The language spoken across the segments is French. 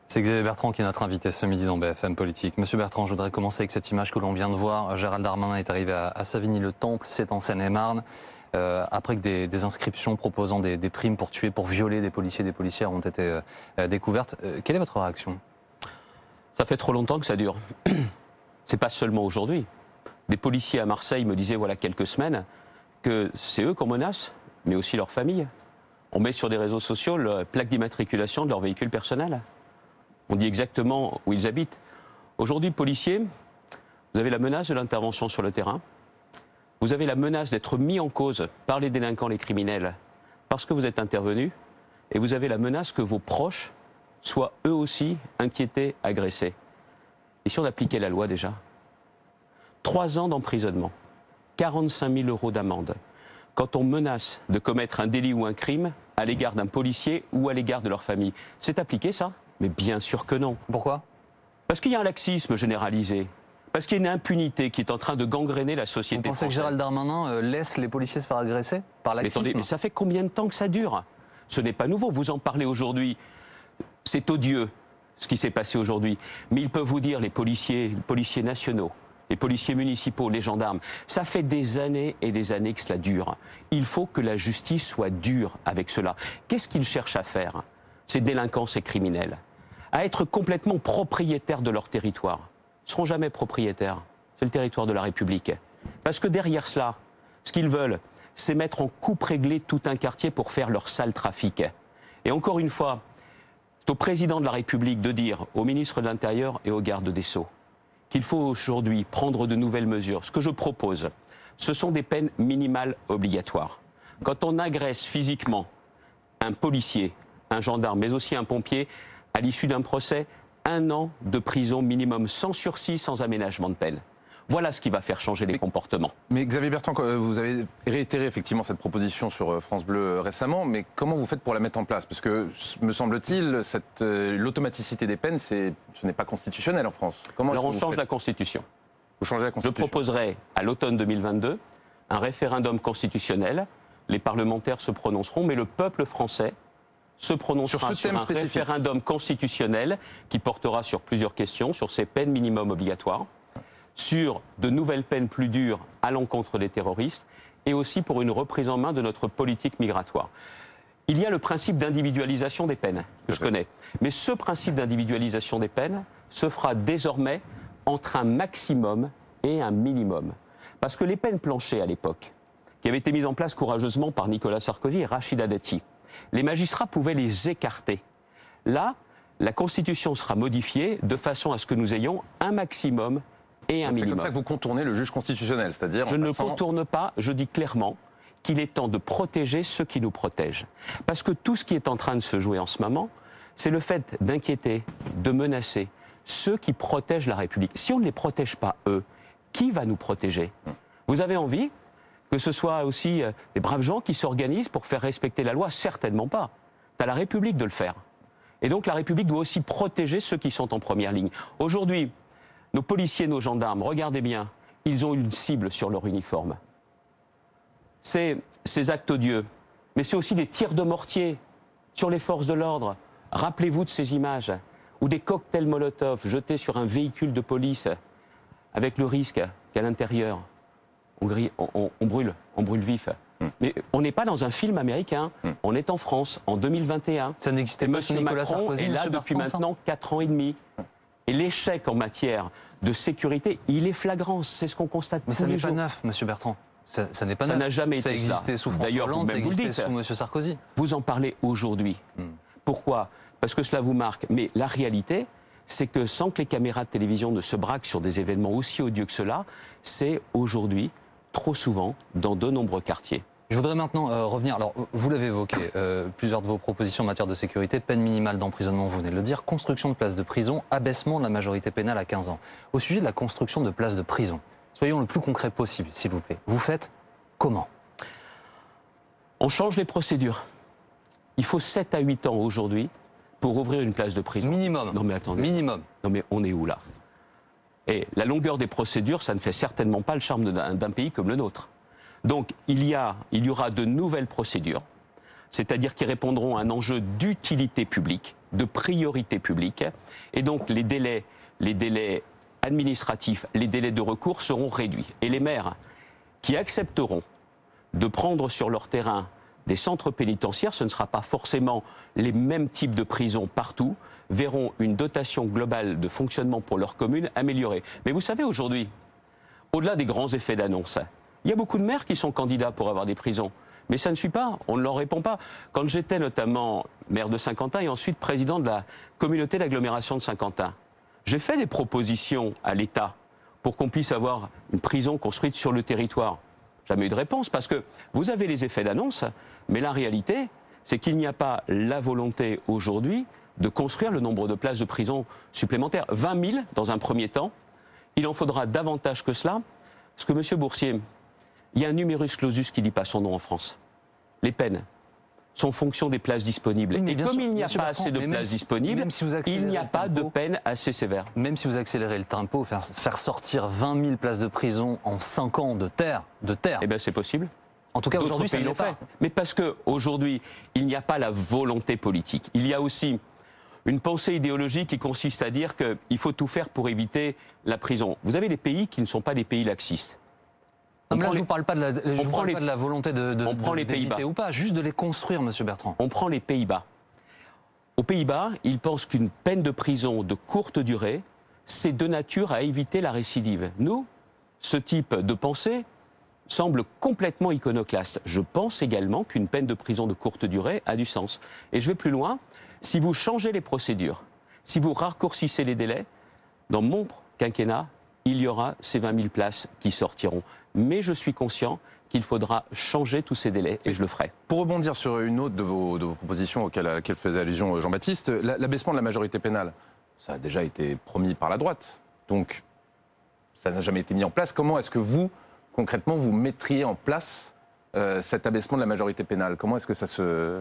C'est Xavier Bertrand qui est notre invité ce midi dans BFM Politique. Monsieur Bertrand, je voudrais commencer avec cette image que l'on vient de voir. Gérald Darmanin est arrivé à Savigny-le-Temple, c'est en Seine-et-Marne, après que des inscriptions proposant des primes pour tuer, pour violer des policiers et des policières ont été découvertes. Quelle est votre réaction? Ça fait trop longtemps que ça dure. C'est pas seulement aujourd'hui. Des policiers à Marseille me disaient, voilà quelques semaines, que c'est eux qu'on menace, mais aussi leurs familles. On met sur des réseaux sociaux la plaque d'immatriculation de leur véhicule personnel. On dit exactement où ils habitent. Aujourd'hui, policiers, vous avez la menace de l'intervention sur le terrain. Vous avez la menace d'être mis en cause par les délinquants, les criminels, parce que vous êtes intervenu. Et vous avez la menace que vos proches soient eux aussi inquiétés, agressés. Et si on appliquait la loi déjà? 3 ans d'emprisonnement, 45 000 € d'amende. Quand on menace de commettre un délit ou un crime à l'égard d'un policier ou à l'égard de leur famille, c'est appliqué ça? Mais bien sûr que non. Pourquoi? Parce qu'il y a un laxisme généralisé. Parce qu'il y a une impunité qui est en train de gangréner la société française. Vous pensez française. que Gérald Darmanin laisse les policiers se faire agresser par laxisme? Mais attendez, mais ça fait combien de temps que ça dure? Ce n'est pas nouveau, vous en parlez aujourd'hui. C'est odieux ce qui s'est passé aujourd'hui. Mais ils peuvent vous dire, les policiers nationaux, les policiers municipaux, les gendarmes, ça fait des années et des années que cela dure. Il faut que la justice soit dure avec cela. Qu'est-ce qu'ils cherchent à faire, ces délinquants, ces criminels? À être complètement propriétaires de leur territoire. Ils ne seront jamais propriétaires. C'est le territoire de la République. Parce que derrière cela, ce qu'ils veulent, c'est mettre en coupe réglée tout un quartier pour faire leur sale trafic. Et encore une fois, c'est au président de la République de dire au ministre de l'Intérieur et au garde des Sceaux qu'il faut aujourd'hui prendre de nouvelles mesures. Ce que je propose, ce sont des peines minimales obligatoires. Quand on agresse physiquement un policier, un gendarme, mais aussi un pompier, à l'issue d'un procès, 1 an de prison minimum, sans sursis, sans aménagement de peine. Voilà ce qui va faire changer les comportements. Mais Xavier Bertrand, vous avez réitéré effectivement cette proposition sur France Bleu récemment, mais comment vous faites pour la mettre en place? Parce que, me semble-t-il, l'automaticité des peines, ce n'est pas constitutionnel en France. Alors on change la Constitution. Vous changez la Constitution? Je proposerai à l'automne 2022 un référendum constitutionnel. Les parlementaires se prononceront, mais le peuple français se prononcera sur un référendum constitutionnel qui portera sur plusieurs questions, sur ces peines minimum obligatoires, sur de nouvelles peines plus dures à l'encontre des terroristes et aussi pour une reprise en main de notre politique migratoire. Il y a le principe d'individualisation des peines, que je connais. Mais ce principe d'individualisation des peines se fera désormais entre un maximum et un minimum. Parce que les peines planchées à l'époque, qui avaient été mises en place courageusement par Nicolas Sarkozy et Rachida Dati, les magistrats pouvaient les écarter. Là, la Constitution sera modifiée de façon à ce que nous ayons un maximum et un minimum. C'est comme ça que vous contournez le juge constitutionnel, c'est-à-dire... Je ne le contourne pas, je dis clairement qu'il est temps de protéger ceux qui nous protègent. Parce que tout ce qui est en train de se jouer en ce moment, c'est le fait d'inquiéter, de menacer ceux qui protègent la République. Si on ne les protège pas, eux, qui va nous protéger? Vous avez envie que ce soit aussi des braves gens qui s'organisent pour faire respecter la loi? Certainement pas. C'est à la République de le faire. Et donc la République doit aussi protéger ceux qui sont en première ligne. Aujourd'hui, nos policiers, nos gendarmes, regardez bien, ils ont une cible sur leur uniforme. C'est ces actes odieux, mais c'est aussi des tirs de mortier sur les forces de l'ordre. Rappelez-vous de ces images, ou des cocktails Molotov jetés sur un véhicule de police, avec le risque qu'à l'intérieur, on brûle vif. Mais on n'est pas dans un film américain, on est en France, en 2021. Ça n'existait pas sous Nicolas Sarkozy, est là depuis maintenant 4 ans et demi. Et l'échec en matière de sécurité, il est flagrant, c'est ce qu'on constate tous les jours. Mais ça n'est pas neuf, monsieur Bertrand. Ça n'est pas neuf. Ça n'a jamais été ça. Ça existait sous François Hollande, ça existait sous monsieur Sarkozy. Vous en parlez aujourd'hui. Pourquoi? Parce que cela vous marque. Mais la réalité, c'est que sans que les caméras de télévision ne se braquent sur des événements aussi odieux que cela, c'est aujourd'hui, trop souvent, dans de nombreux quartiers. Je voudrais maintenant revenir, alors vous l'avez évoqué, plusieurs de vos propositions en matière de sécurité, peine minimale d'emprisonnement, vous venez de le dire, construction de places de prison, abaissement de la majorité pénale à 15 ans. Au sujet de la construction de places de prison, soyons le plus concret possible, s'il vous plaît. Vous faites comment? On change les procédures. Il faut 7 à 8 ans aujourd'hui pour ouvrir une place de prison. Minimum. Non mais attendez. Minimum. Non mais on est où là? Et la longueur des procédures, ça ne fait certainement pas le charme d'un pays comme le nôtre. Donc il y aura de nouvelles procédures. c'est-à-dire qui répondront à un enjeu d'utilité publique, de priorité publique, et donc les délais administratifs, les délais de recours seront réduits. Et les maires qui accepteront de prendre sur leur terrain des centres pénitentiaires, ce ne sera pas forcément les mêmes types de prisons partout, verront une dotation globale de fonctionnement pour leur commune améliorée. Mais vous savez, aujourd'hui, au-delà des grands effets d'annonce, il y a beaucoup de maires qui sont candidats pour avoir des prisons. Mais ça ne suit pas, on ne leur répond pas. Quand j'étais notamment maire de Saint-Quentin et ensuite président de la communauté d'agglomération de Saint-Quentin, j'ai fait des propositions à l'État pour qu'on puisse avoir une prison construite sur le territoire. Jamais eu de réponse, parce que vous avez les effets d'annonce, mais la réalité, c'est qu'il n'y a pas la volonté aujourd'hui de construire le nombre de places de prison supplémentaires. 20 000 dans un premier temps, il en faudra davantage que cela, parce que, Monsieur Boursier, il y a un numerus clausus qui ne dit pas son nom en France. Les peines sont en fonction des places disponibles. Oui, et comme sûr, il n'y a pas assez de places disponibles, il n'y a pas de peine assez sévère. Même si vous accélérez le tempo, faire sortir 20 000 places de prison en 5 ans de terre. Eh bien, c'est possible. En tout cas, aujourd'hui, ça ne l'est pas. Mais parce qu'aujourd'hui, il n'y a pas la volonté politique. Il y a aussi une pensée idéologique qui consiste à dire qu'il faut tout faire pour éviter la prison. Vous avez des pays qui ne sont pas des pays laxistes. Je ne vous parle pas de la volonté d'éviter ou pas, juste de les construire, Monsieur Bertrand. On prend les Pays-Bas. Aux Pays-Bas, ils pensent qu'une peine de prison de courte durée, c'est de nature à éviter la récidive. Nous, ce type de pensée semble complètement iconoclaste. Je pense également qu'une peine de prison de courte durée a du sens. Et je vais plus loin. Si vous changez les procédures, si vous raccourcissez les délais, dans mon quinquennat, il y aura ces 20 000 places qui sortiront. Mais je suis conscient qu'il faudra changer tous ces délais et je le ferai. Pour rebondir sur une autre de vos propositions à laquelle faisait allusion Jean-Baptiste, l'abaissement de la majorité pénale, ça a déjà été promis par la droite. Donc, ça n'a jamais été mis en place. Comment est-ce que vous, concrètement, vous mettriez en place cet abaissement de la majorité pénale? Comment est-ce que ça se...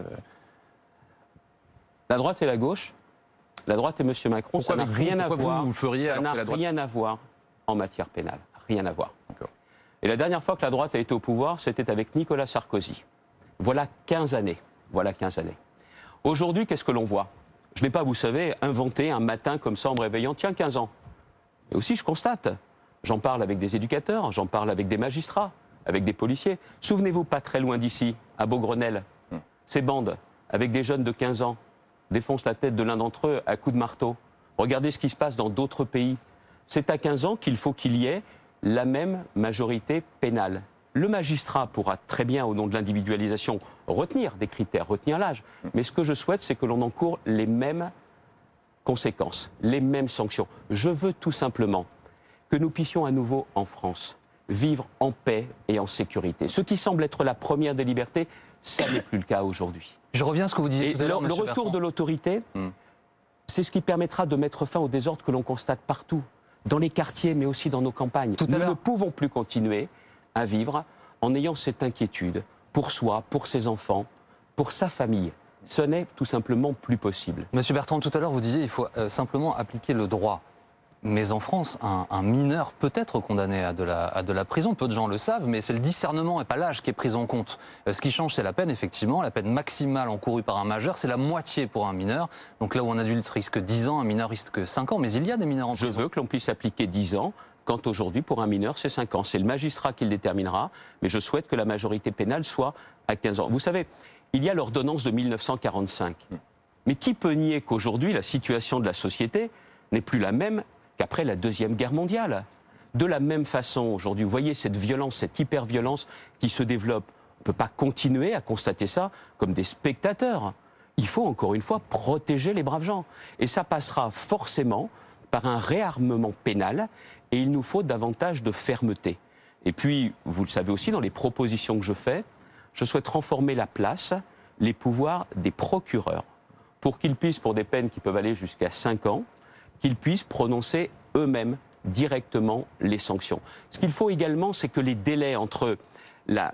La droite et la gauche, la droite et M. Macron, ça n'a rien à voir. Vous feriez ça n'a rien à voir en matière pénale. Rien à voir. Et la dernière fois que la droite a été au pouvoir, c'était avec Nicolas Sarkozy. Voilà 15 années. Voilà 15 années. Aujourd'hui, qu'est-ce que l'on voit? Je n'ai pas, vous savez, inventé un matin comme ça en me réveillant, tiens, 15 ans. Et aussi, je constate, j'en parle avec des éducateurs, j'en parle avec des magistrats, avec des policiers. Souvenez-vous, pas très loin d'ici, à Beaugrenelle, ces bandes, avec des jeunes de 15 ans, défoncent la tête de l'un d'entre eux à coups de marteau. Regardez ce qui se passe dans d'autres pays. C'est à 15 ans qu'il faut qu'il y ait la même majorité pénale. Le magistrat pourra très bien, au nom de l'individualisation, retenir des critères, retenir l'âge. Mais ce que je souhaite, c'est que l'on encourt les mêmes conséquences, les mêmes sanctions. Je veux tout simplement que nous puissions à nouveau, en France, vivre en paix et en sécurité. Ce qui semble être la première des libertés, ça n'est plus le cas aujourd'hui. Je reviens à ce que vous disiez tout à l'heure, le retour de l'autorité, c'est ce qui permettra de mettre fin au désordre que l'on constate partout, dans les quartiers, mais aussi dans nos campagnes. Nous ne pouvons plus continuer à vivre en ayant cette inquiétude pour soi, pour ses enfants, pour sa famille. Ce n'est tout simplement plus possible. Monsieur Bertrand, tout à l'heure, vous disiez qu'il faut simplement appliquer le droit. Mais en France, un mineur peut être condamné à de la prison. Peu de gens le savent, mais c'est le discernement et pas l'âge qui est pris en compte. Ce qui change, c'est la peine, effectivement. La peine maximale encourue par un majeur, c'est la moitié pour un mineur. Donc là où un adulte risque 10 ans, un mineur risque 5 ans. Mais il y a des mineurs en prison. Je veux que l'on puisse appliquer 10 ans, quand aujourd'hui, pour un mineur, c'est 5 ans. C'est le magistrat qui le déterminera, mais je souhaite que la majorité pénale soit à 15 ans. Vous savez, il y a l'ordonnance de 1945. Mais qui peut nier qu'aujourd'hui, la situation de la société n'est plus la même qu'après la Deuxième Guerre mondiale? De la même façon, aujourd'hui, vous voyez cette violence, cette hyper-violence qui se développe. On ne peut pas continuer à constater ça comme des spectateurs. Il faut, encore une fois, protéger les braves gens. Et ça passera forcément par un réarmement pénal, et il nous faut davantage de fermeté. Et puis, vous le savez aussi, dans les propositions que je fais, je souhaite renforcer la place, les pouvoirs des procureurs, pour qu'ils puissent, pour des peines qui peuvent aller jusqu'à 5 ans, qu'ils puissent prononcer eux-mêmes directement les sanctions. Ce qu'il faut également, c'est que les délais entre la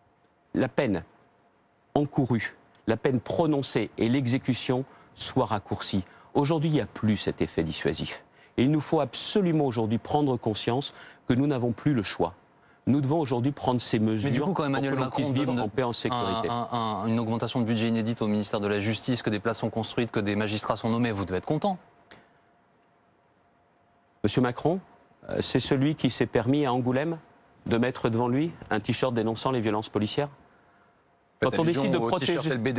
peine encourue, la peine prononcée et l'exécution soient raccourcis. Aujourd'hui, il n'y a plus cet effet dissuasif. Et il nous faut absolument aujourd'hui prendre conscience que nous n'avons plus le choix. Nous devons aujourd'hui prendre ces mesures. Mais du coup, quand Emmanuel pour que l'on Macron puisse vivre donne en paix, en sécurité. une augmentation de budget inédite au ministère de la Justice, que des places sont construites, que des magistrats sont nommés, vous devez être content. Monsieur Macron, c'est celui qui s'est permis à Angoulême de mettre devant lui un t-shirt dénonçant les violences policières. Quand on décide de protéger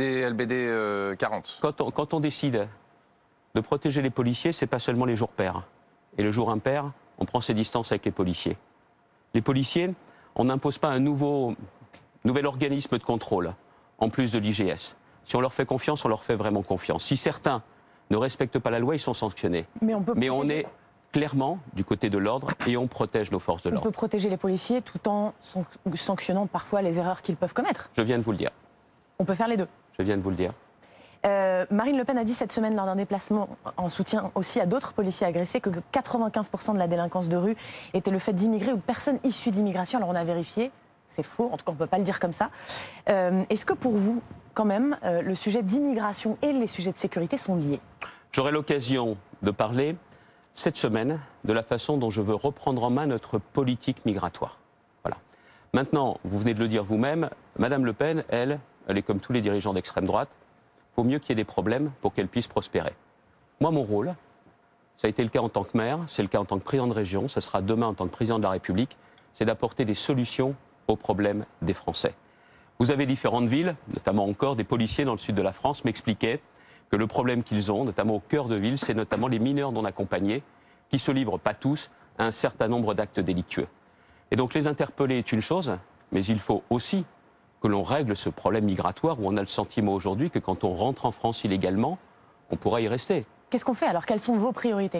LBD 40. Quand on décide de protéger les policiers, c'est pas seulement les jours pairs. Et le jour impair, on prend ses distances avec les policiers. Les policiers, on n'impose pas un nouvel organisme de contrôle, en plus de l'IGS. Si on leur fait confiance, on leur fait vraiment confiance. Si certains ne respectent pas la loi, ils sont sanctionnés. Mais on est clairement du côté de l'ordre et on protège nos forces de l'ordre. On peut protéger les policiers tout en sanctionnant parfois les erreurs qu'ils peuvent commettre. Je viens de vous le dire. On peut faire les deux. Je viens de vous le dire. Marine Le Pen a dit cette semaine lors d'un déplacement en soutien aussi à d'autres policiers agressés que 95% de la délinquance de rue était le fait d'immigrés ou de personnes issues d'immigration. Alors on a vérifié, c'est faux, en tout cas on ne peut pas le dire comme ça. Est-ce que pour vous, quand même, le sujet d'immigration et les sujets de sécurité sont liés? J'aurai l'occasion de parler cette semaine de la façon dont je veux reprendre en main notre politique migratoire. Voilà. Maintenant, vous venez de le dire vous-même, Madame Le Pen, elle est comme tous les dirigeants d'extrême droite. Il vaut mieux qu'il y ait des problèmes pour qu'elle puisse prospérer. Moi, mon rôle, ça a été le cas en tant que maire, c'est le cas en tant que président de région, ce sera demain en tant que président de la République, c'est d'apporter des solutions aux problèmes des Français. Vous avez différentes villes, notamment encore des policiers dans le sud de la France, m'expliquaient que le problème qu'ils ont, notamment au cœur de ville, c'est notamment les mineurs non accompagnés, qui se livrent, pas tous, à un certain nombre d'actes délictueux. Et donc les interpeller est une chose, mais il faut aussi que l'on règle ce problème migratoire où on a le sentiment aujourd'hui que quand on rentre en France illégalement, on pourra y rester. Qu'est-ce qu'on fait alors? Quelles sont vos priorités?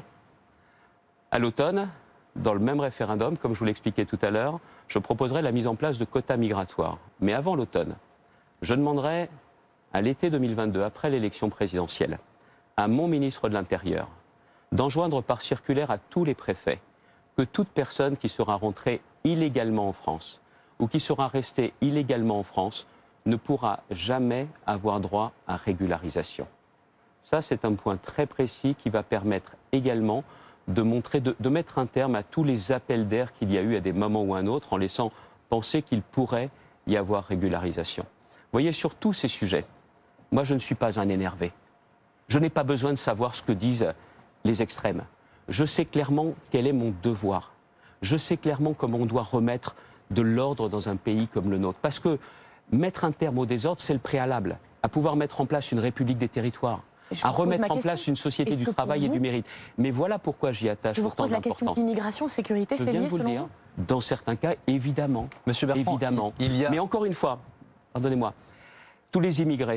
À l'automne, dans le même référendum, comme je vous l'expliquais tout à l'heure, je proposerai la mise en place de quotas migratoires. Mais avant l'automne, je demanderai à l'été 2022, après l'élection présidentielle, à mon ministre de l'Intérieur d'enjoindre par circulaire à tous les préfets que toute personne qui sera rentrée illégalement en France ou qui sera resté illégalement en France ne pourra jamais avoir droit à régularisation. Ça, c'est un point très précis qui va permettre également de mettre un terme à tous les appels d'air qu'il y a eu à des moments ou à un autre, en laissant penser qu'il pourrait y avoir régularisation. Vous voyez, sur tous ces sujets, moi, je ne suis pas un énervé. Je n'ai pas besoin de savoir ce que disent les extrêmes. Je sais clairement quel est mon devoir. Je sais clairement comment on doit remettre de l'ordre dans un pays comme le nôtre. Parce que mettre un terme au désordre, c'est le préalable à pouvoir mettre en place une république des territoires, à remettre en place une société du travail et du mérite. Mais voilà pourquoi j'y attache autant d'importance. Je vous repose la question immigration, sécurité, c'est lié selon vous? Dans certains cas, évidemment. Monsieur Bertrand, évidemment. Mais encore une fois, pardonnez-moi, tous les immigrés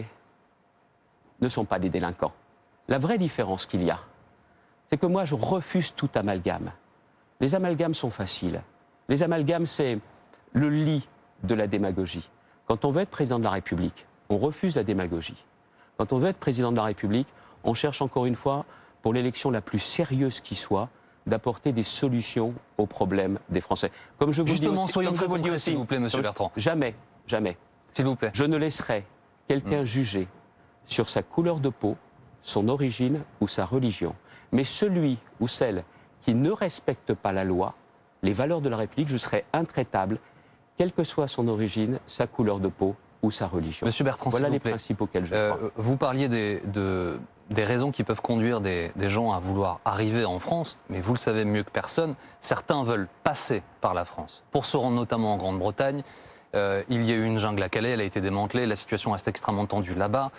ne sont pas des délinquants. La vraie différence qu'il y a, c'est que moi, je refuse tout amalgame. Les amalgames sont faciles. Les amalgames, c'est le lit de la démagogie. Quand on veut être président de la République, on refuse la démagogie. Quand on veut être président de la République, on cherche encore une fois, pour l'élection la plus sérieuse qui soit, d'apporter des solutions aux problèmes des Français. Comme je vous Justement, le dis aussi, soyons très concrets, s'il vous plaît, monsieur Bertrand. Jamais, s'il vous plaît, je ne laisserai quelqu'un juger sur sa couleur de peau, son origine ou sa religion. Mais celui ou celle qui ne respecte pas la loi, les valeurs de la République, je serai intraitable, quelle que soit son origine, sa couleur de peau ou sa religion. Monsieur Bertrand, voilà s'il vous les plaît. principes auxquels je crois. Vous parliez des raisons qui peuvent conduire des gens à vouloir arriver en France, mais vous le savez mieux que personne, certains veulent passer par la France pour se rendre notamment en Grande-Bretagne. Il y a eu une jungle à Calais, elle a été démantelée, la situation reste extrêmement tendue là-bas.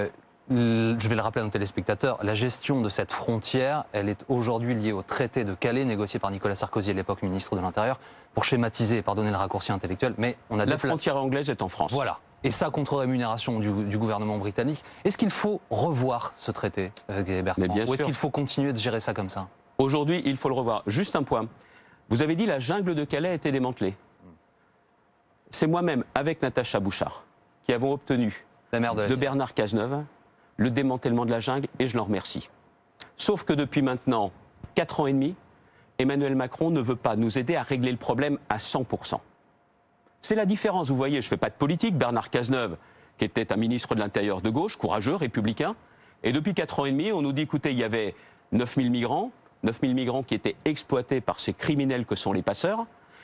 Je vais le rappeler à nos téléspectateurs, la gestion de cette frontière, elle est aujourd'hui liée au traité de Calais, négocié par Nicolas Sarkozy à l'époque ministre de l'Intérieur, pour schématiser, pardonnez le raccourci intellectuel, mais on a... La frontière anglaise est en France. Voilà. Et ça, contre rémunération du gouvernement britannique. Est-ce qu'il faut revoir ce traité, Xavier Bertrand, ou est-ce qu'il faut continuer de gérer ça comme ça? Aujourd'hui, il faut le revoir. Juste un point. Vous avez dit la jungle de Calais a été démantelée. C'est moi-même, avec Natacha Bouchard, qui avons obtenu de Bernard Cazeneuve le démantèlement de la jungle, et je l'en remercie. Sauf que depuis maintenant 4 ans et demi, Emmanuel Macron ne veut pas nous aider à régler le problème à 100%. C'est la différence, vous voyez, je ne fais pas de politique. Bernard Cazeneuve, qui était un ministre de l'Intérieur de gauche, courageux, républicain, et depuis 4 ans et demi, on nous dit, écoutez, il y avait 9000 migrants qui étaient exploités par ces criminels que sont les passeurs,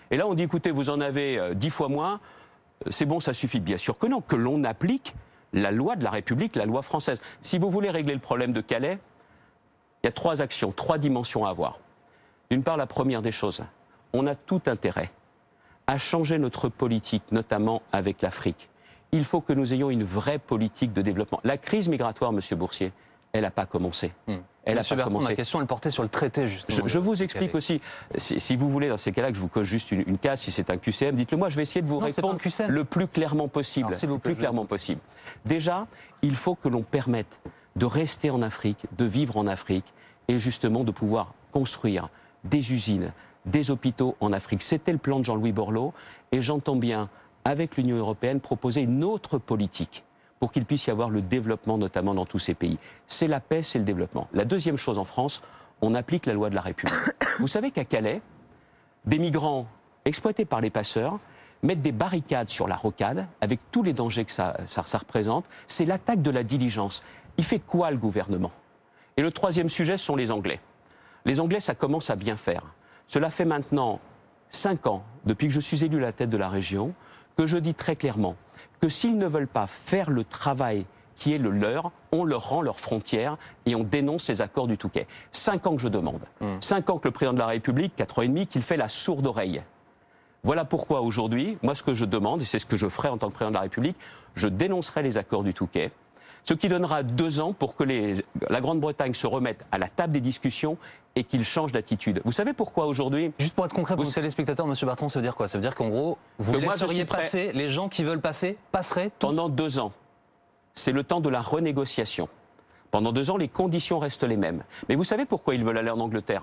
Et là, on dit, écoutez, vous en avez 10 fois moins, c'est bon, ça suffit. Bien sûr que non, que l'on applique la loi de la République, la loi française. Si vous voulez régler le problème de Calais, il y a 3 actions, 3 dimensions à avoir. D'une part, la première des choses, on a tout intérêt à changer notre politique, notamment avec l'Afrique. Il faut que nous ayons une vraie politique de développement. La crise migratoire, Monsieur Boursier, elle n'a pas commencé. Monsieur Bertrand, ma question, elle portait sur le traité, justement. Je vous explique aussi, si vous voulez, dans ces cas-là, que je vous coche juste une case, si c'est un QCM, dites-le moi, je vais essayer de vous répondre le plus clairement possible. Alors, le plus clairement possible. Déjà, il faut que l'on permette de rester en Afrique, de vivre en Afrique, et justement de pouvoir construire des usines, des hôpitaux en Afrique. C'était le plan de Jean-Louis Borloo, et j'entends bien, avec l'Union européenne, proposer une autre politique pour qu'il puisse y avoir le développement, notamment dans tous ces pays. C'est la paix, c'est le développement. La deuxième chose en France, on applique la loi de la République. Vous savez qu'à Calais, des migrants exploités par les passeurs mettent des barricades sur la rocade, avec tous les dangers que ça représente. C'est l'attaque de la diligence. Il fait quoi, le gouvernement? Et le troisième sujet, ce sont les Anglais. Les Anglais, ça commence à bien faire. Cela fait maintenant 5 ans, depuis que je suis élu à la tête de la région, que je dis très clairement que s'ils ne veulent pas faire le travail qui est le leur, on leur rend leurs frontières et on dénonce les accords du Touquet. 5 ans que je demande. 5 ans que le président de la République, 4 ans et demi, qu'il fait la sourde oreille. Voilà pourquoi aujourd'hui, moi ce que je demande, et c'est ce que je ferai en tant que président de la République, je dénoncerai les accords du Touquet, ce qui donnera 2 ans pour que la Grande-Bretagne se remette à la table des discussions et qu'il change d'attitude. Vous savez pourquoi aujourd'hui... Juste pour être concret pour les téléspectateurs, Monsieur Bertrand, ça veut dire quoi? Ça veut dire qu'en gros, vous laisseriez passer, les gens qui veulent passer, passeraient tous... Pendant 2 ans. C'est le temps de la renégociation. Pendant 2 ans, les conditions restent les mêmes. Mais vous savez pourquoi ils veulent aller en Angleterre?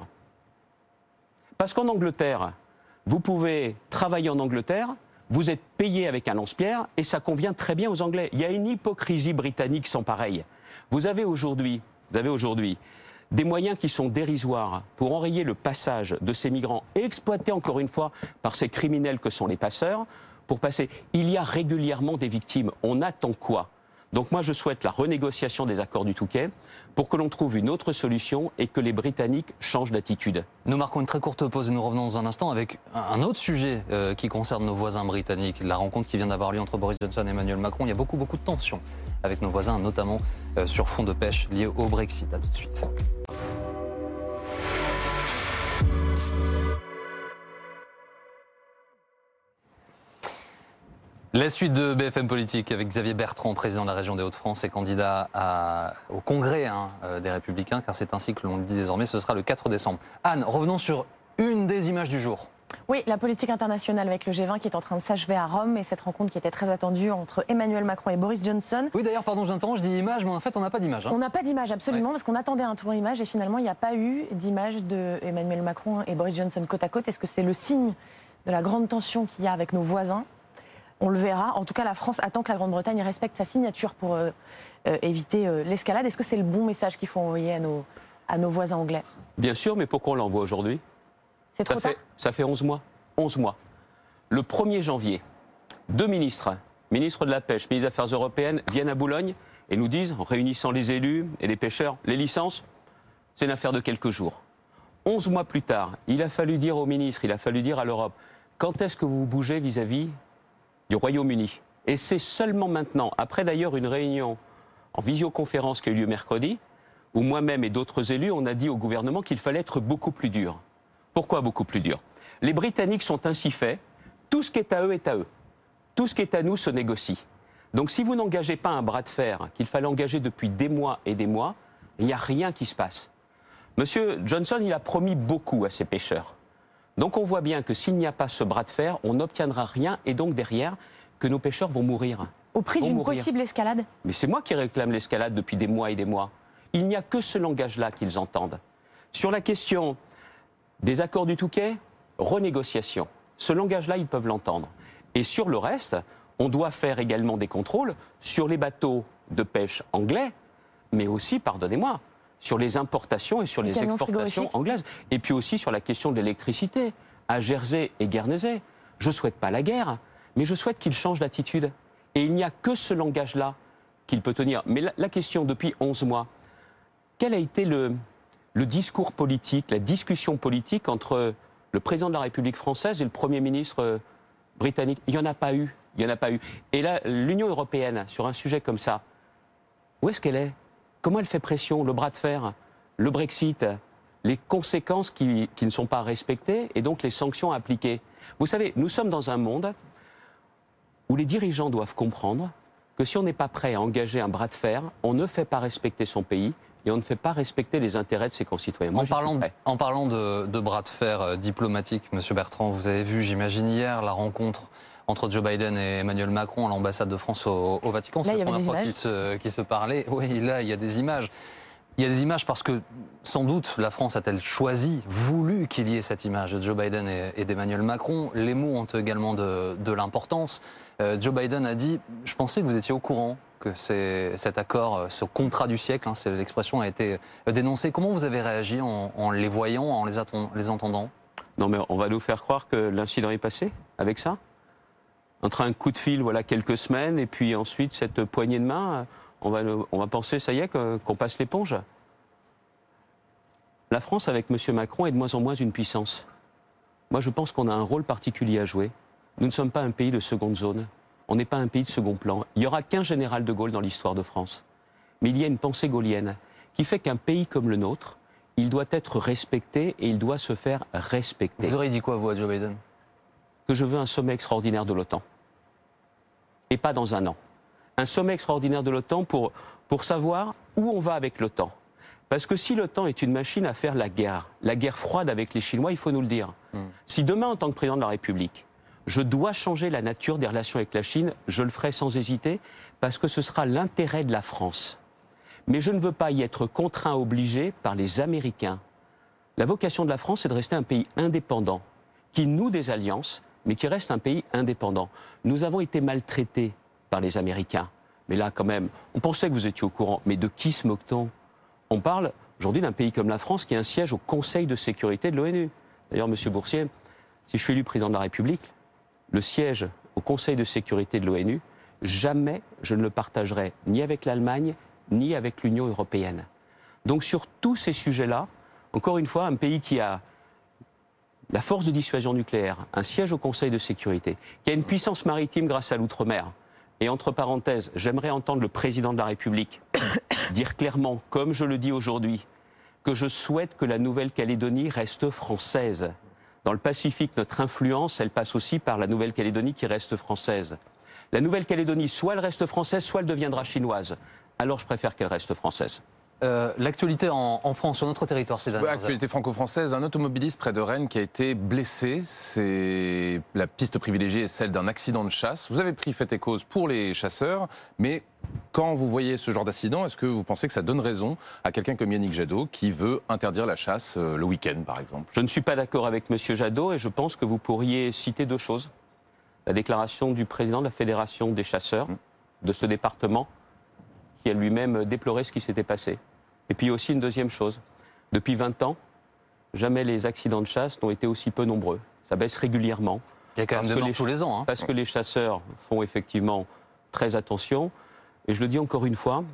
Parce qu'en Angleterre, vous pouvez travailler en Angleterre, vous êtes payé avec un lance-pierre et ça convient très bien aux Anglais. Il y a une hypocrisie britannique sans pareil. Vous avez aujourd'hui des moyens qui sont dérisoires pour enrayer le passage de ces migrants exploités encore une fois par ces criminels que sont les passeurs pour passer. Il y a régulièrement des victimes. On attend quoi? Donc moi je souhaite la renégociation des accords du Touquet pour que l'on trouve une autre solution et que les Britanniques changent d'attitude. Nous marquons une très courte pause et nous revenons dans un instant avec un autre sujet qui concerne nos voisins britanniques. La rencontre qui vient d'avoir lieu entre Boris Johnson et Emmanuel Macron. Il y a beaucoup de tensions avec nos voisins, notamment sur fond de pêche lié au Brexit. À tout de suite. La suite de BFM Politique avec Xavier Bertrand, président de la région des Hauts-de-France et candidat au Congrès des Républicains, car c'est ainsi que l'on le dit désormais, ce sera le 4 décembre. Anne, revenons sur une des images du jour. Oui, la politique internationale avec le G20 qui est en train de s'achever à Rome et cette rencontre qui était très attendue entre Emmanuel Macron et Boris Johnson. Oui, d'ailleurs, pardon, j'interromps, je dis image, mais en fait, on n'a pas d'image. On n'a pas d'image, absolument, parce qu'on attendait un tour image et finalement, il n'y a pas eu d'image de Emmanuel Macron et Boris Johnson côte à côte. Est-ce que c'est le signe de la grande tension qu'il y a avec nos voisins ? On le verra. En tout cas, la France attend que la Grande-Bretagne respecte sa signature pour éviter l'escalade. Est-ce que c'est le bon message qu'il faut envoyer à nos voisins anglais? Bien sûr, mais pourquoi on l'envoie aujourd'hui? C'est trop tard. Ça fait 11 mois. 11 mois. Le 1er janvier, 2 ministres, ministre de la Pêche, ministre des Affaires européennes, viennent à Boulogne et nous disent, en réunissant les élus et les pêcheurs, les licences, c'est une affaire de quelques jours. 11 mois plus tard, il a fallu dire aux ministres, il a fallu dire à l'Europe, quand est-ce que vous bougez vis-à-vis du Royaume-Uni? Et c'est seulement maintenant, après d'ailleurs une réunion en visioconférence qui a eu lieu mercredi, où moi-même et d'autres élus, on a dit au gouvernement qu'il fallait être beaucoup plus dur. Pourquoi beaucoup plus dur? Les Britanniques sont ainsi faits, tout ce qui est à eux est à eux. Tout ce qui est à nous se négocie. Donc si vous n'engagez pas un bras de fer qu'il fallait engager depuis des mois et des mois, il n'y a rien qui se passe. Monsieur Johnson, il a promis beaucoup à ses pêcheurs. Donc on voit bien que s'il n'y a pas ce bras de fer, on n'obtiendra rien et donc derrière, que nos pêcheurs vont mourir. Au prix d'une possible escalade? Mais c'est moi qui réclame l'escalade depuis des mois et des mois. Il n'y a que ce langage-là qu'ils entendent. Sur la question des accords du Touquet, renégociation. Ce langage-là, ils peuvent l'entendre. Et sur le reste, on doit faire également des contrôles sur les bateaux de pêche anglais, mais aussi, pardonnez-moi, sur les importations et sur les exportations anglaises. Et puis aussi sur la question de l'électricité, à Jersey et Guernesey. Je ne souhaite pas la guerre, mais je souhaite qu'il change d'attitude. Et il n'y a que ce langage-là qu'il peut tenir. Mais la question, depuis 11 mois, quel a été le discours politique, la discussion politique entre le président de la République française et le Premier ministre britannique. Il n'y en a pas eu. Il n'y en a pas eu. Et là, l'Union européenne, sur un sujet comme ça, où est-ce qu'elle est? Comment elle fait pression? Le bras de fer, le Brexit, les conséquences qui ne sont pas respectées et donc les sanctions appliquées. Vous savez, nous sommes dans un monde où les dirigeants doivent comprendre que si on n'est pas prêt à engager un bras de fer, on ne fait pas respecter son pays et on ne fait pas respecter les intérêts de ses concitoyens. Moi, en parlant de bras de fer diplomatique, Monsieur Bertrand, vous avez vu, j'imagine, hier, la rencontre entre Joe Biden et Emmanuel Macron à l'ambassade de France au Vatican. C'est la première fois qu'ils se parlaient. Oui, là, il y a des images. Il y a des images parce que, sans doute, la France a-t-elle voulu qu'il y ait cette image de Joe Biden et d'Emmanuel Macron. Les mots ont également de l'importance. Joe Biden a dit « Je pensais que vous étiez au courant que cet accord, ce contrat du siècle, l'expression a été dénoncée. » Comment vous avez réagi en les voyant, en les entendant? Non, mais on va nous faire croire que l'incident est passé avec ça? Entre un coup de fil, voilà, quelques semaines, et puis ensuite cette poignée de main, on va penser, ça y est, qu'on passe l'éponge. La France, avec M. Macron, est de moins en moins une puissance. Moi, je pense qu'on a un rôle particulier à jouer. Nous ne sommes pas un pays de seconde zone. On n'est pas un pays de second plan. Il n'y aura qu'un général de Gaulle dans l'histoire de France. Mais il y a une pensée gaulienne qui fait qu'un pays comme le nôtre, il doit être respecté et il doit se faire respecter. Vous auriez dit quoi, vous, à Joe Biden? Que je veux un sommet extraordinaire de l'OTAN. Et pas dans un an. Un sommet extraordinaire de l'OTAN pour savoir où on va avec l'OTAN. Parce que si l'OTAN est une machine à faire la guerre froide avec les Chinois, il faut nous le dire. Si demain, en tant que président de la République, je dois changer la nature des relations avec la Chine, je le ferai sans hésiter, parce que ce sera l'intérêt de la France. Mais je ne veux pas y être contraint, obligé par les Américains. La vocation de la France, c'est de rester un pays indépendant, qui noue des alliances, mais qui reste un pays indépendant. Nous avons été maltraités par les Américains. Mais là, quand même, on pensait que vous étiez au courant. Mais de qui se moque-t-on? On parle aujourd'hui d'un pays comme la France qui a un siège au Conseil de sécurité de l'ONU. D'ailleurs, Monsieur Boursier, si je suis élu président de la République, le siège au Conseil de sécurité de l'ONU, jamais je ne le partagerai ni avec l'Allemagne, ni avec l'Union européenne. Donc sur tous ces sujets-là, encore une fois, un pays qui a la force de dissuasion nucléaire, un siège au Conseil de sécurité, qui a une puissance maritime grâce à l'outre-mer. Et entre parenthèses, j'aimerais entendre le président de la République dire clairement, comme je le dis aujourd'hui, que je souhaite que la Nouvelle-Calédonie reste française. Dans le Pacifique, notre influence, elle passe aussi par la Nouvelle-Calédonie qui reste française. La Nouvelle-Calédonie, soit elle reste française, soit elle deviendra chinoise. Alors je préfère qu'elle reste française. L'actualité en France, sur notre territoire, c'est l'actualité franco-française. Un automobiliste près de Rennes qui a été blessé. C'est la piste privilégiée est celle d'un accident de chasse. Vous avez pris fait et cause pour les chasseurs, mais quand vous voyez ce genre d'accident, est-ce que vous pensez que ça donne raison à quelqu'un comme Yannick Jadot qui veut interdire la chasse le week-end, par exemple? Je ne suis pas d'accord avec M. Jadot et je pense que vous pourriez citer deux choses. La déclaration du président de la Fédération des chasseurs de ce département, qui a lui-même déploré ce qui s'était passé. Et puis aussi une deuxième chose. Depuis 20 ans, jamais les accidents de chasse n'ont été aussi peu nombreux. Ça baisse régulièrement. Il y a quand même des morts tous les ans. Hein. Parce que les chasseurs font effectivement très attention. Et je le dis encore une fois,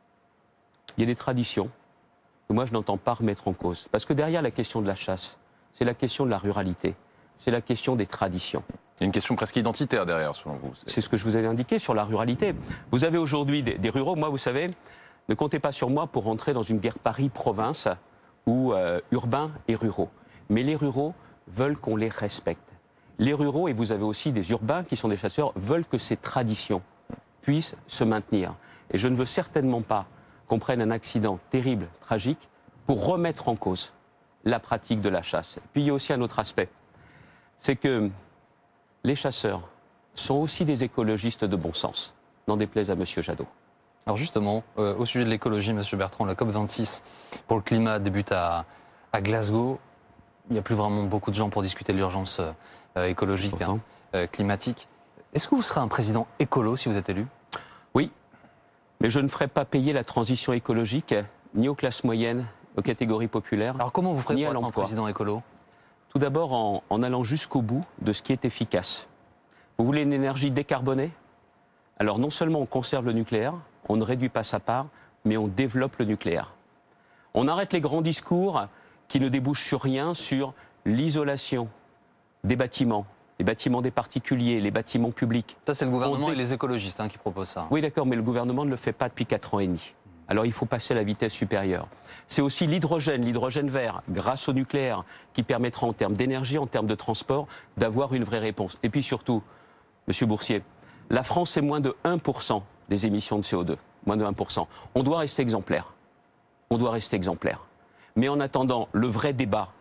il y a des traditions que moi je n'entends pas remettre en cause. Parce que derrière la question de la chasse, c'est la question de la ruralité. C'est la question des traditions. Il y a une question presque identitaire derrière, selon vous. C'est ce que je vous avais indiqué sur la ruralité. Vous avez aujourd'hui des ruraux. Moi, vous savez, ne comptez pas sur moi pour rentrer dans une guerre Paris-province ou urbains et ruraux. Mais les ruraux veulent qu'on les respecte. Les ruraux, et vous avez aussi des urbains qui sont des chasseurs, veulent que ces traditions puissent se maintenir. Et je ne veux certainement pas qu'on prenne un accident terrible, tragique, pour remettre en cause la pratique de la chasse. Puis il y a aussi un autre aspect. C'est que les chasseurs sont aussi des écologistes de bon sens, n'en déplaise à M. Jadot. Alors justement, au sujet de l'écologie, M. Bertrand, la COP26 pour le climat débute à Glasgow. Il n'y a plus vraiment beaucoup de gens pour discuter de l'urgence écologique, climatique. Est-ce que vous serez un président écolo si vous êtes élu? Oui, mais je ne ferai pas payer la transition écologique ni aux classes moyennes, aux catégories populaires. Alors comment vous ferez ni pour à être un président écolo? Tout d'abord en allant jusqu'au bout de ce qui est efficace. Vous voulez une énergie décarbonée? Alors non seulement on conserve le nucléaire, on ne réduit pas sa part, mais on développe le nucléaire. On arrête les grands discours qui ne débouchent sur rien, sur l'isolation des bâtiments, les bâtiments des particuliers, les bâtiments publics. Ça, c'est le gouvernement et les écologistes qui proposent ça. Oui, d'accord, mais le gouvernement ne le fait pas depuis 4 ans et demi. Alors il faut passer à la vitesse supérieure. C'est aussi l'hydrogène vert, grâce au nucléaire, qui permettra en termes d'énergie, en termes de transport, d'avoir une vraie réponse. Et puis surtout, Monsieur Boursier, la France, c'est moins de 1% des émissions de CO2. Moins de 1%. On doit rester exemplaire. On doit rester exemplaire. Mais en attendant, le vrai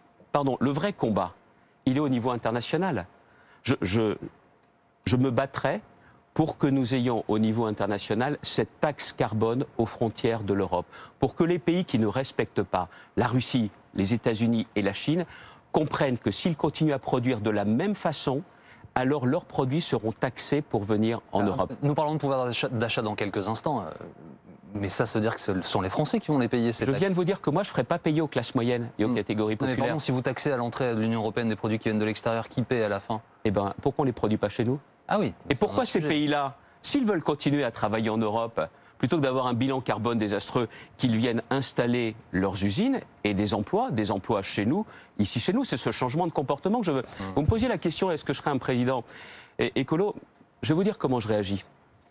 combat, il est au niveau international. Je me battrai pour que nous ayons au niveau international cette taxe carbone aux frontières de l'Europe. Pour que les pays qui ne respectent pas, la Russie, les États-Unis et la Chine, comprennent que s'ils continuent à produire de la même façon, alors leurs produits seront taxés pour venir en Europe. Nous parlons de pouvoir d'achat dans quelques instants. Mais ça veut dire que ce sont les Français qui vont les payer, ces taxes. Je viens de vous dire que moi, je ne ferai pas payer aux classes moyennes et aux catégories populaires. Mais pardon, si vous taxez à l'entrée de l'Union européenne des produits qui viennent de l'extérieur, qui paie à la fin? Eh bien, pourquoi on ne les produit pas chez nous? Ah oui. Et pourquoi ces pays-là, s'ils veulent continuer à travailler en Europe, plutôt que d'avoir un bilan carbone désastreux, qu'ils viennent installer leurs usines et des emplois chez nous, ici chez nous? C'est ce changement de comportement que je veux. Vous me posiez la question, est-ce que je serai un président écolo? Je vais vous dire comment je réagis.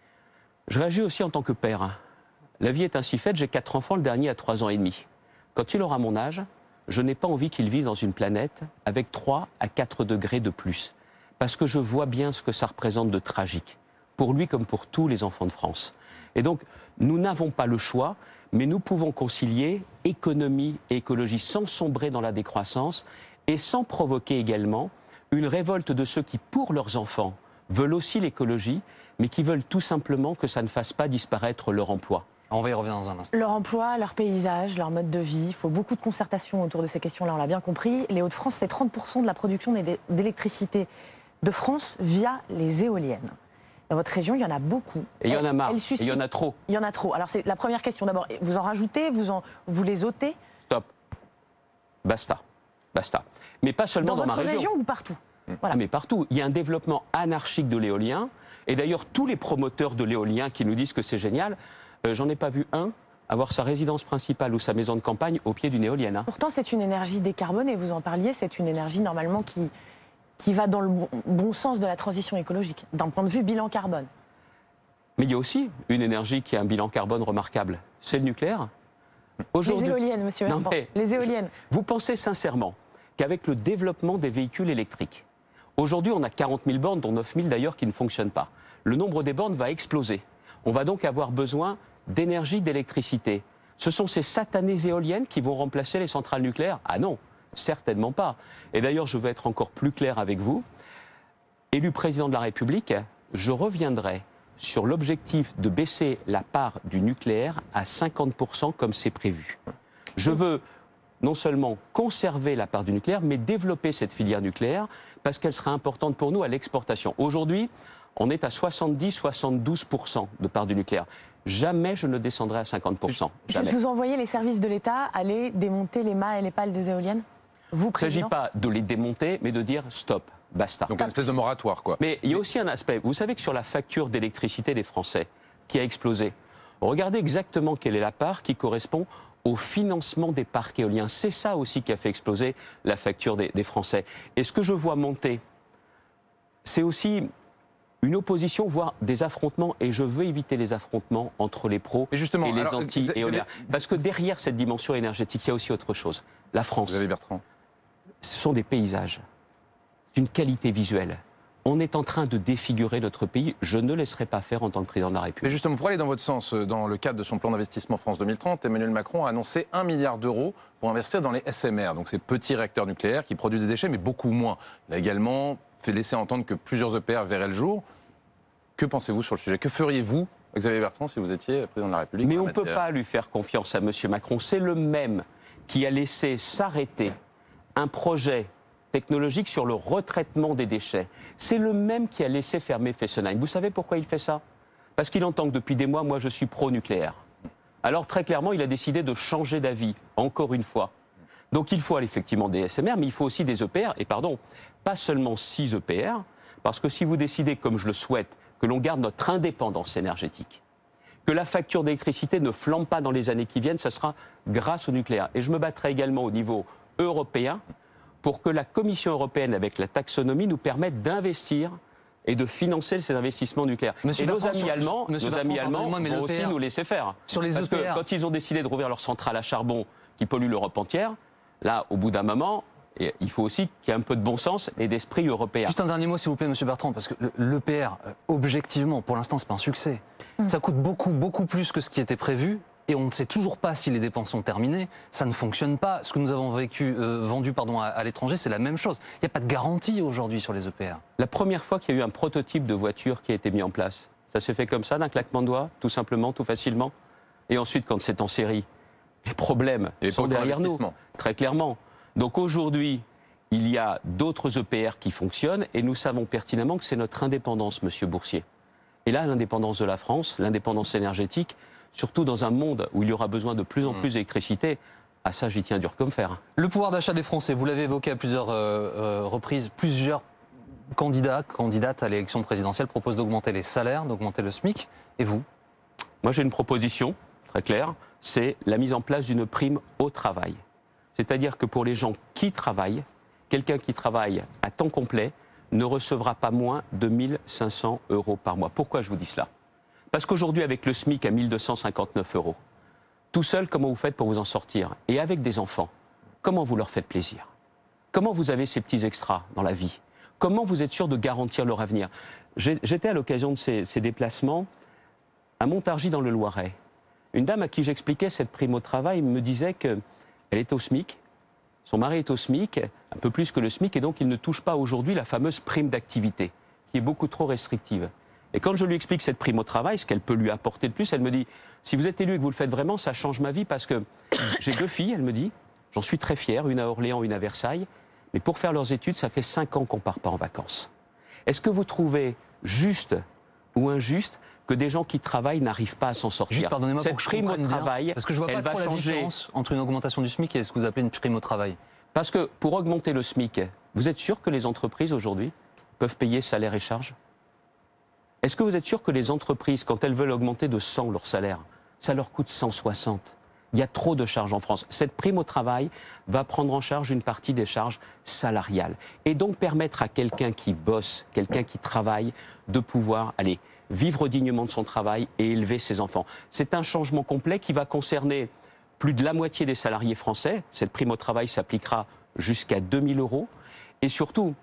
Je réagis aussi en tant que père. La vie est ainsi faite, j'ai 4 enfants, le dernier a 3 ans et demi. Quand il aura mon âge, je n'ai pas envie qu'il vive dans une planète avec 3 à 4 degrés de plus. Parce que je vois bien ce que ça représente de tragique, pour lui comme pour tous les enfants de France. Et donc, nous n'avons pas le choix, mais nous pouvons concilier économie et écologie sans sombrer dans la décroissance et sans provoquer également une révolte de ceux qui, pour leurs enfants, veulent aussi l'écologie, mais qui veulent tout simplement que ça ne fasse pas disparaître leur emploi. On va y revenir dans un instant. Leur emploi, leur paysage, leur mode de vie. Il faut beaucoup de concertation autour de ces questions-là, on l'a bien compris. Les Hauts-de-France, c'est 30% de la production d'électricité de France via les éoliennes. Dans votre région, il y en a beaucoup. Et il y en a marre, et il y en a trop. Il y en a trop. Alors c'est la première question d'abord. Vous en rajoutez, vous les ôtez? Stop. Basta. Mais pas seulement dans ma région. Dans votre région ou partout? Voilà. Ah, mais partout. Il y a un développement anarchique de l'éolien. Et d'ailleurs, tous les promoteurs de l'éolien qui nous disent que c'est génial, j'en ai pas vu un avoir sa résidence principale ou sa maison de campagne au pied d'une éolienne. Pourtant, c'est une énergie décarbonée, vous en parliez, c'est une énergie normalement qui va dans le bon sens de la transition écologique, d'un point de vue bilan carbone. Mais il y a aussi une énergie qui a un bilan carbone remarquable, c'est le nucléaire. Les éoliennes, monsieur Bertrand, les éoliennes. Vous pensez sincèrement qu'avec le développement des véhicules électriques, aujourd'hui on a 40 000 bornes, dont 9 000 d'ailleurs qui ne fonctionnent pas. Le nombre des bornes va exploser. On va donc avoir besoin d'énergie, d'électricité. Ce sont ces satanées éoliennes qui vont remplacer les centrales nucléaires? Ah non, certainement pas. Et d'ailleurs, je veux être encore plus clair avec vous. Élu président de la République, je reviendrai sur l'objectif de baisser la part du nucléaire à 50% comme c'est prévu. Je veux non seulement conserver la part du nucléaire, mais développer cette filière nucléaire parce qu'elle sera importante pour nous à l'exportation. Aujourd'hui, on est à 70-72% de part du nucléaire. Jamais je ne descendrai à 50%. Jamais. Vous envoyez les services de l'État aller démonter les mâts et les pales des éoliennes? Vous, président? Il ne s'agit pas de les démonter, mais de dire stop, basta. Donc une espèce de moratoire, quoi. Mais il y a aussi un aspect. Vous savez que sur la facture d'électricité des Français, qui a explosé, regardez exactement quelle est la part qui correspond au financement des parcs éoliens. C'est ça aussi qui a fait exploser la facture des Français. Et ce que je vois monter, c'est aussi une opposition, voire des affrontements, et je veux éviter les affrontements entre les pros et les anti-éoliens. Parce que derrière cette dimension énergétique, il y a aussi autre chose. La France, Vous avez Bertrand. Ce sont des paysages, d'une qualité visuelle. On est en train de défigurer notre pays. Je ne laisserai pas faire en tant que président de la République. Mais justement, pour aller dans votre sens, dans le cadre de son plan d'investissement France 2030, Emmanuel Macron a annoncé 1 milliard d'euros pour investir dans les SMR, donc ces petits réacteurs nucléaires qui produisent des déchets, mais beaucoup moins. Il a également fait laisser entendre que plusieurs EPR verraient le jour. Que pensez-vous sur le sujet? Que feriez-vous, Xavier Bertrand, si vous étiez président de la République? Mais on ne peut pas lui faire confiance à M. Macron. C'est le même qui a laissé s'arrêter un projet technologique sur le retraitement des déchets. C'est le même qui a laissé fermer Fessenheim. Vous savez pourquoi il fait ça? Parce qu'il entend que depuis des mois, moi, je suis pro-nucléaire. Alors, très clairement, il a décidé de changer d'avis, encore une fois. Donc, il faut effectivement des SMR, mais il faut aussi des EPR. Et pardon, pas seulement 6 EPR, parce que si vous décidez, comme je le souhaite, que l'on garde notre indépendance énergétique, que la facture d'électricité ne flambe pas dans les années qui viennent, ça sera grâce au nucléaire. Et je me battrai également au niveau européen pour que la Commission européenne, avec la taxonomie, nous permette d'investir et de financer ces investissements nucléaires. Monsieur et nos Bertrand, amis allemands, vont aussi nous laisser faire. Sur les Parce EPR. que quand ils ont décidé de rouvrir leurs centrales à charbon qui polluent l'Europe entière, là, au bout d'un moment, il faut aussi qu'il y ait un peu de bon sens et d'esprit européen. Juste un dernier mot, s'il vous plaît, Monsieur Bertrand, parce que l'EPR, objectivement, pour l'instant, c'est pas un succès. Ça coûte beaucoup plus que ce qui était prévu. Et on ne sait toujours pas si les dépenses sont terminées. Ça ne fonctionne pas. Ce que nous avons vendu à l'étranger, c'est la même chose. Il n'y a pas de garantie aujourd'hui sur les EPR. La première fois qu'il y a eu un prototype de voiture qui a été mis en place, ça s'est fait comme ça, d'un claquement de doigts, tout simplement, tout facilement. Et ensuite, quand c'est en série, les problèmes sont derrière nous, très clairement. Donc aujourd'hui, il y a d'autres EPR qui fonctionnent et nous savons pertinemment que c'est notre indépendance, Monsieur Boursier. Et là, l'indépendance de la France, l'indépendance énergétique, surtout dans un monde où il y aura besoin de plus en plus d'électricité, à ça j'y tiens dur comme fer. Le pouvoir d'achat des Français, vous l'avez évoqué à plusieurs reprises, plusieurs candidates à l'élection présidentielle proposent d'augmenter les salaires, d'augmenter le SMIC. Et vous? Moi j'ai une proposition très claire, c'est la mise en place d'une prime au travail. C'est-à-dire que pour les gens qui travaillent, quelqu'un qui travaille à temps complet ne recevra pas moins de 1 500 € par mois. Pourquoi je vous dis cela? Parce qu'aujourd'hui, avec le SMIC à 1 259 €, tout seul, comment vous faites pour vous en sortir? Et avec des enfants, comment vous leur faites plaisir? Comment vous avez ces petits extras dans la vie? Comment vous êtes sûr de garantir leur avenir? J'étais à l'occasion de ces déplacements à Montargis dans le Loiret. Une dame à qui j'expliquais cette prime au travail me disait qu'elle est au SMIC, son mari est au SMIC, un peu plus que le SMIC, et donc il ne touche pas aujourd'hui la fameuse prime d'activité, qui est beaucoup trop restrictive. Et quand je lui explique cette prime au travail, ce qu'elle peut lui apporter de plus, elle me dit, si vous êtes élu et que vous le faites vraiment, ça change ma vie parce que j'ai 2 filles, elle me dit, j'en suis très fier, une à Orléans, une à Versailles, mais pour faire leurs études, ça fait 5 ans qu'on ne part pas en vacances. Est-ce que vous trouvez juste ou injuste que des gens qui travaillent n'arrivent pas à s'en sortir? Juste, pardonnez-moi, cette pour que je prime au comprenne bien, travail, parce que je vois elle pas va trop la changer. différence entre une augmentation du SMIC et ce que vous appelez une prime au travail. Parce que pour augmenter le SMIC, vous êtes sûr que les entreprises aujourd'hui peuvent payer salaire et charges? Est-ce que vous êtes sûr que les entreprises, quand elles veulent augmenter de 100 leur salaire, ça leur coûte 160? Il y a trop de charges en France. Cette prime au travail va prendre en charge une partie des charges salariales et donc permettre à quelqu'un qui bosse, quelqu'un qui travaille, de pouvoir aller vivre dignement de son travail et élever ses enfants. C'est un changement complet qui va concerner plus de la moitié des salariés français. Cette prime au travail s'appliquera jusqu'à 2 000 € et surtout,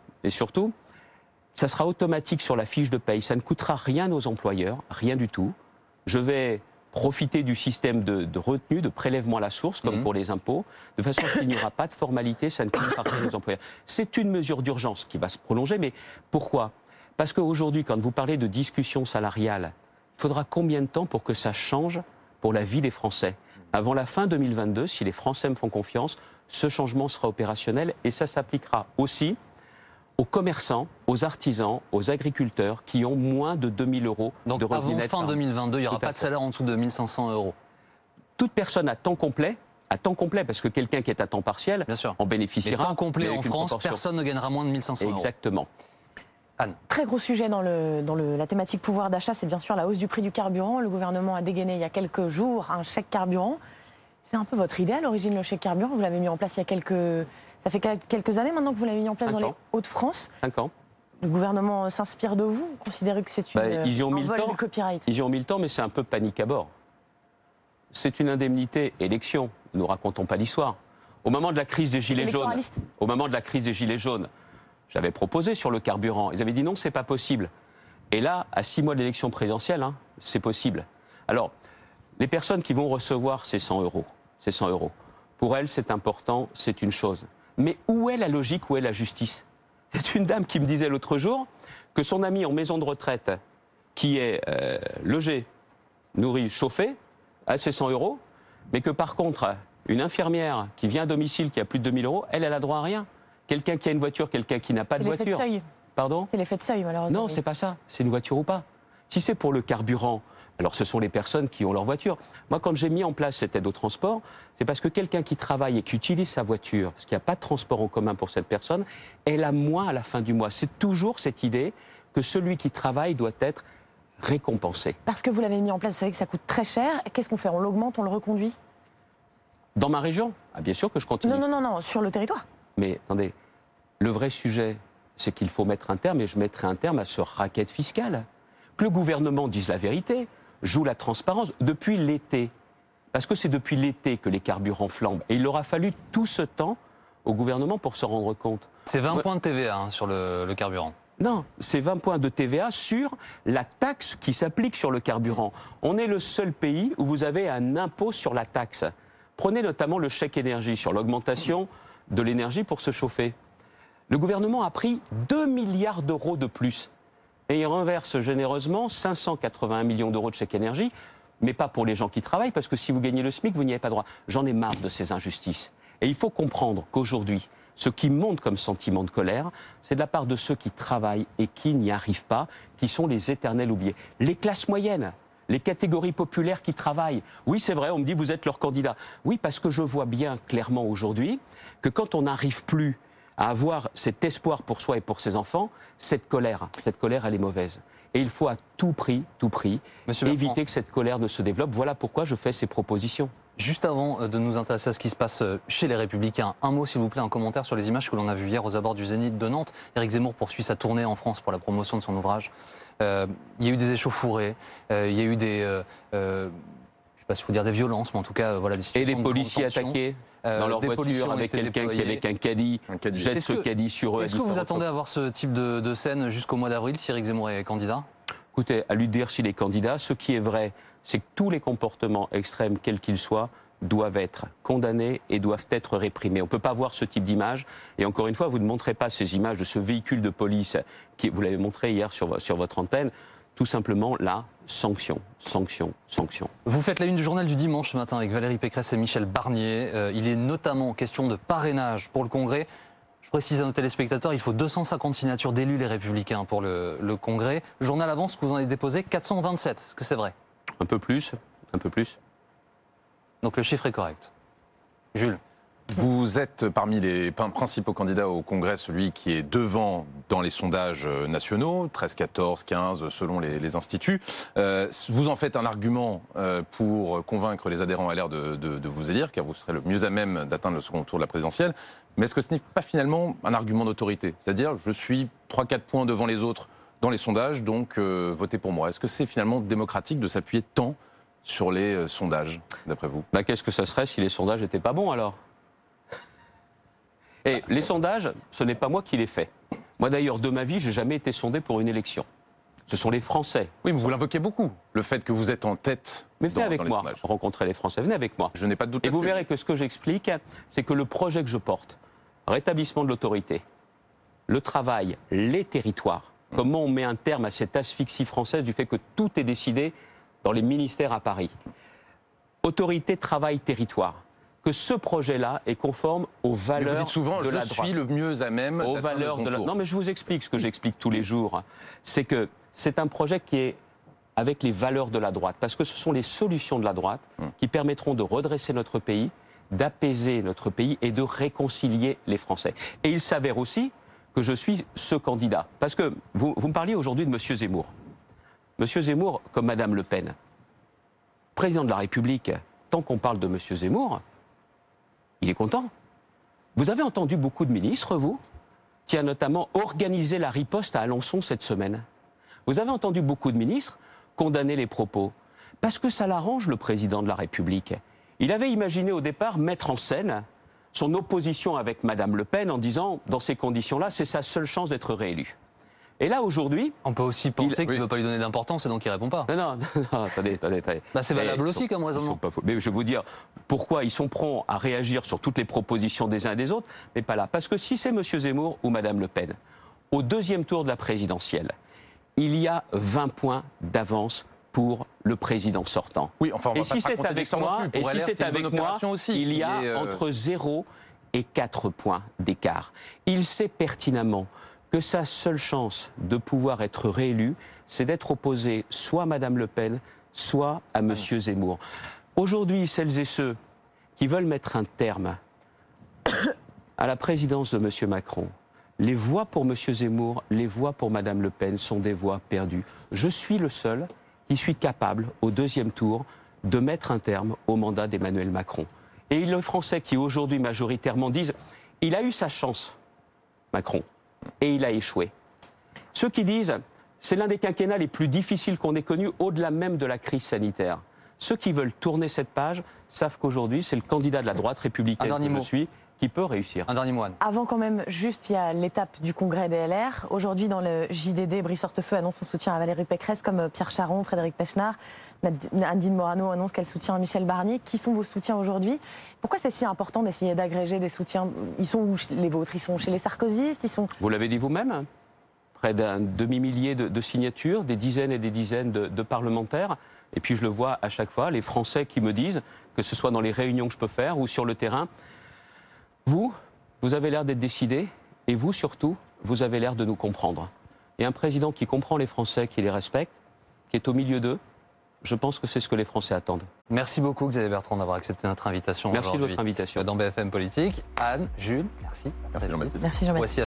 ça sera automatique sur la fiche de paye. Ça ne coûtera rien aux employeurs, rien du tout. Je vais profiter du système de retenue, de prélèvement à la source, comme pour les impôts, de façon à ce qu'il n'y aura pas de formalité, ça ne coûtera rien aux employeurs. C'est une mesure d'urgence qui va se prolonger, mais pourquoi? Parce qu'aujourd'hui, quand vous parlez de discussion salariale, il faudra combien de temps pour que ça change pour la vie des Français? Avant la fin 2022, si les Français me font confiance, ce changement sera opérationnel et ça s'appliquera aussi aux commerçants, aux artisans, aux agriculteurs qui ont moins de 2 000 € Donc de revenus avant nets fin par an. 2022, il n'y aura Tout à pas de fait. salaire en dessous de 1 500 €. Toute personne à temps complet, parce que quelqu'un qui est à temps partiel Bien sûr. en Mais bénéficiera. temps complet mais en avec une France, proportion. personne ne gagnera moins de 1 500 €. Exactement. Anne. Très gros sujet dans la thématique pouvoir d'achat, c'est bien sûr la hausse du prix du carburant. Le gouvernement a dégainé il y a quelques jours un chèque carburant. C'est un peu votre idée à l'origine, le chèque carburant. Vous l'avez mis en place il y a ça fait quelques années maintenant que vous l'avez mis en place 5 dans les ans. Hauts-de-France. 5 ans. Le gouvernement s'inspire de vous? Vous considérez que c'est Ils y ont mis un le vol temps. du copyright? Ils y ont mis le temps, mais c'est un peu panique à bord. C'est une indemnité élection. Ne nous racontons pas l'histoire. Au moment de la crise des Gilets jaunes, j'avais proposé sur le carburant. Ils avaient dit non, c'est pas possible. Et là, à 6 mois de l'élection présidentielle, c'est possible. Alors, les personnes qui vont recevoir ces 100 €, pour elles, c'est important, c'est une chose. Mais où est la logique, où est la justice? C'est une dame qui me disait l'autre jour que son ami en maison de retraite, qui est logé, nourri, chauffé, a ses 100 €, mais que par contre, une infirmière qui vient à domicile, qui a plus de 2 000 €, elle a droit à rien. Quelqu'un qui a une voiture, quelqu'un qui n'a pas de C'est l'effet de voiture. seuil. Pardon? C'est l'effet de seuil, malheureusement. Non, c'est pas ça. C'est une voiture ou pas. Si c'est pour le carburant, alors ce sont les personnes qui ont leur voiture. Moi, quand j'ai mis en place cette aide au transport, c'est parce que quelqu'un qui travaille et qui utilise sa voiture, parce qu'il n'y a pas de transport en commun pour cette personne, elle a moins à la fin du mois. C'est toujours cette idée que celui qui travaille doit être récompensé. Parce que vous l'avez mis en place, vous savez que ça coûte très cher. Qu'est-ce qu'on fait? On l'augmente, on le reconduit? Dans ma région, bien sûr que je continue. Non, sur le territoire. Mais attendez, Le vrai sujet, c'est qu'il faut mettre un terme, et je mettrai un terme à ce racket fiscal. Que le gouvernement dise la vérité, joue la transparence depuis l'été. Parce que c'est depuis l'été que les carburants flambent. Et il aura fallu tout ce temps au gouvernement pour se rendre compte. C'est 20 points de TVA sur le carburant. Non, c'est 20 points de TVA sur la taxe qui s'applique sur le carburant. On est le seul pays où vous avez un impôt sur la taxe. Prenez notamment le chèque énergie sur l'augmentation de l'énergie pour se chauffer. Le gouvernement a pris 2 milliards d'euros de plus. Et il renverse généreusement 581 millions d'euros de chèque énergie, mais pas pour les gens qui travaillent, parce que si vous gagnez le SMIC, vous n'y avez pas droit. J'en ai marre de ces injustices. Et il faut comprendre qu'aujourd'hui, ce qui monte comme sentiment de colère, c'est de la part de ceux qui travaillent et qui n'y arrivent pas, qui sont les éternels oubliés. Les classes moyennes, les catégories populaires qui travaillent. Oui, c'est vrai, on me dit vous êtes leur candidat. Oui, parce que je vois bien clairement aujourd'hui que quand on n'arrive plus à avoir cet espoir pour soi et pour ses enfants, cette colère, elle est mauvaise. Et il faut à tout prix éviter que cette colère ne se développe. Voilà pourquoi je fais ces propositions. Juste avant de nous intéresser à ce qui se passe chez les Républicains, un mot s'il vous plaît, un commentaire sur les images que l'on a vues hier aux abords du Zénith de Nantes. Éric Zemmour poursuit sa tournée en France pour la promotion de son ouvrage. Il y a eu des échauffourées, il y a eu des, je ne sais pas s'il faut dire des violences, mais en tout cas voilà des situations. Et des policiers attaqués dans leur voiture avec quelqu'un qui avec un caddie jette ce caddie sur eux. Est-ce que vous attendez à voir ce type de scène jusqu'au mois d'avril si Éric Zemmour est candidat ? Écoutez, à lui de dire s'il est candidat, ce qui est vrai, c'est que tous les comportements extrêmes, quels qu'ils soient, doivent être condamnés et doivent être réprimés. On ne peut pas voir ce type d'image. Et encore une fois, vous ne montrez pas ces images de ce véhicule de police, qui vous l'avez montré hier sur votre antenne. Tout simplement, là, sanction, sanction, sanction. Vous faites la une du journal du dimanche ce matin avec Valérie Pécresse et Michel Barnier. Il est notamment question de parrainage pour le Congrès. Je précise à nos téléspectateurs, il faut 250 signatures d'élus les Républicains pour le Congrès. Le journal avance que vous en avez déposé 427. Est-ce que c'est vrai ? Un peu plus, un peu plus. Donc le chiffre est correct. Jules ? Vous êtes parmi les principaux candidats au Congrès, celui qui est devant dans les sondages nationaux, 13, 14, 15 selon les instituts. Vous en faites un argument pour convaincre les adhérents à l'air de vous élire, car vous serez le mieux à même d'atteindre le second tour de la présidentielle. Mais est-ce que ce n'est pas finalement un argument d'autorité ? C'est-à-dire, je suis 3-4 points devant les autres dans les sondages, donc votez pour moi. Est-ce que c'est finalement démocratique de s'appuyer tant sur les sondages, d'après vous ? Qu'est-ce que ça serait si les sondages n'étaient pas bons alors ? Et les sondages, ce n'est pas moi qui les fais. Moi d'ailleurs, de ma vie, je n'ai jamais été sondé pour une élection. Ce sont les Français. Oui, mais vous l'invoquez beaucoup, le fait que vous êtes en tête. Mais venez avec moi rencontrer les Français, venez avec moi. Je n'ai pas de doute. Et vous verrez que ce que j'explique, c'est que le projet que je porte, rétablissement de l'autorité, le travail, les territoires, comment on met un terme à cette asphyxie française du fait que tout est décidé dans les ministères à Paris. Autorité, travail, territoire. Que ce projet-là est conforme aux valeurs vous dites souvent, de la droite. Je suis le mieux à même aux valeurs de la... Non, mais je vous explique ce que j'explique tous les jours. C'est que c'est un projet qui est avec les valeurs de la droite. Parce que ce sont les solutions de la droite qui permettront de redresser notre pays, d'apaiser notre pays et de réconcilier les Français. Et il s'avère aussi que je suis ce candidat. Parce que vous me parliez aujourd'hui de M. Zemmour. M. Zemmour, comme Mme Le Pen, président de la République, tant qu'on parle de M. Zemmour, il est content. Vous avez entendu beaucoup de ministres, vous, qui a notamment organisé la riposte à Alençon cette semaine. Vous avez entendu beaucoup de ministres condamner les propos. Parce que ça l'arrange, le président de la République. Il avait imaginé au départ mettre en scène son opposition avec Mme Le Pen en disant, dans ces conditions-là, c'est sa seule chance d'être réélu. Et là, aujourd'hui... On peut aussi penser qu'il ne veut pas lui donner d'importance et donc il ne répond pas. Non, attendez. C'est valable aussi comme raisonnement. Mais je vais vous dire pourquoi ils sont prompts à réagir sur toutes les propositions des uns et des autres, mais pas là. Parce que si c'est M. Zemmour ou Mme Le Pen, au deuxième tour de la présidentielle, il y a 20 points d'avance pour le président sortant. Oui, enfin, et si c'est avec moi, il y a entre 0 et 4 points d'écart. Il sait pertinemment que sa seule chance de pouvoir être réélu, c'est d'être opposé soit à Mme Le Pen, soit à M. Zemmour. Aujourd'hui, celles et ceux qui veulent mettre un terme à la présidence de M. Macron, les voix pour M. Zemmour, les voix pour Mme Le Pen sont des voix perdues. Je suis le seul qui suis capable, au deuxième tour, de mettre un terme au mandat d'Emmanuel Macron. Et les Français qui aujourd'hui majoritairement disent « il a eu sa chance ». Macron. Et il a échoué. Ceux qui disent c'est l'un des quinquennats les plus difficiles qu'on ait connus au-delà même de la crise sanitaire. Ceux qui veulent tourner cette page savent qu'aujourd'hui, c'est le candidat de la droite républicaine que je suis qui peut réussir. Un dernier mot, Anne. Avant quand même, juste, il y a l'étape du congrès des LR. Aujourd'hui, dans le JDD, Brice Hortefeux annonce son soutien à Valérie Pécresse, comme Pierre Charon, Frédéric Pechnard. Nadine Morano annonce qu'elle soutient Michel Barnier. Qui sont vos soutiens aujourd'hui? Pourquoi c'est si important d'essayer d'agréger des soutiens? Ils sont où les vôtres? Ils sont chez les sarkozystes? Vous l'avez dit vous-même, près d'un demi-millier de signatures, des dizaines et des dizaines de parlementaires. Et puis je le vois à chaque fois, les Français qui me disent, que ce soit dans les réunions que je peux faire ou sur le terrain, vous avez l'air d'être décidé, et vous surtout, vous avez l'air de nous comprendre. Et un président qui comprend les Français, qui les respecte, qui est au milieu d'eux, je pense que c'est ce que les Français attendent. Merci beaucoup Xavier Bertrand d'avoir accepté notre invitation. Merci de votre invitation. Dans BFM Politique. Anne, Jules, merci. Merci Jean-Baptiste. Merci Jean-Baptiste.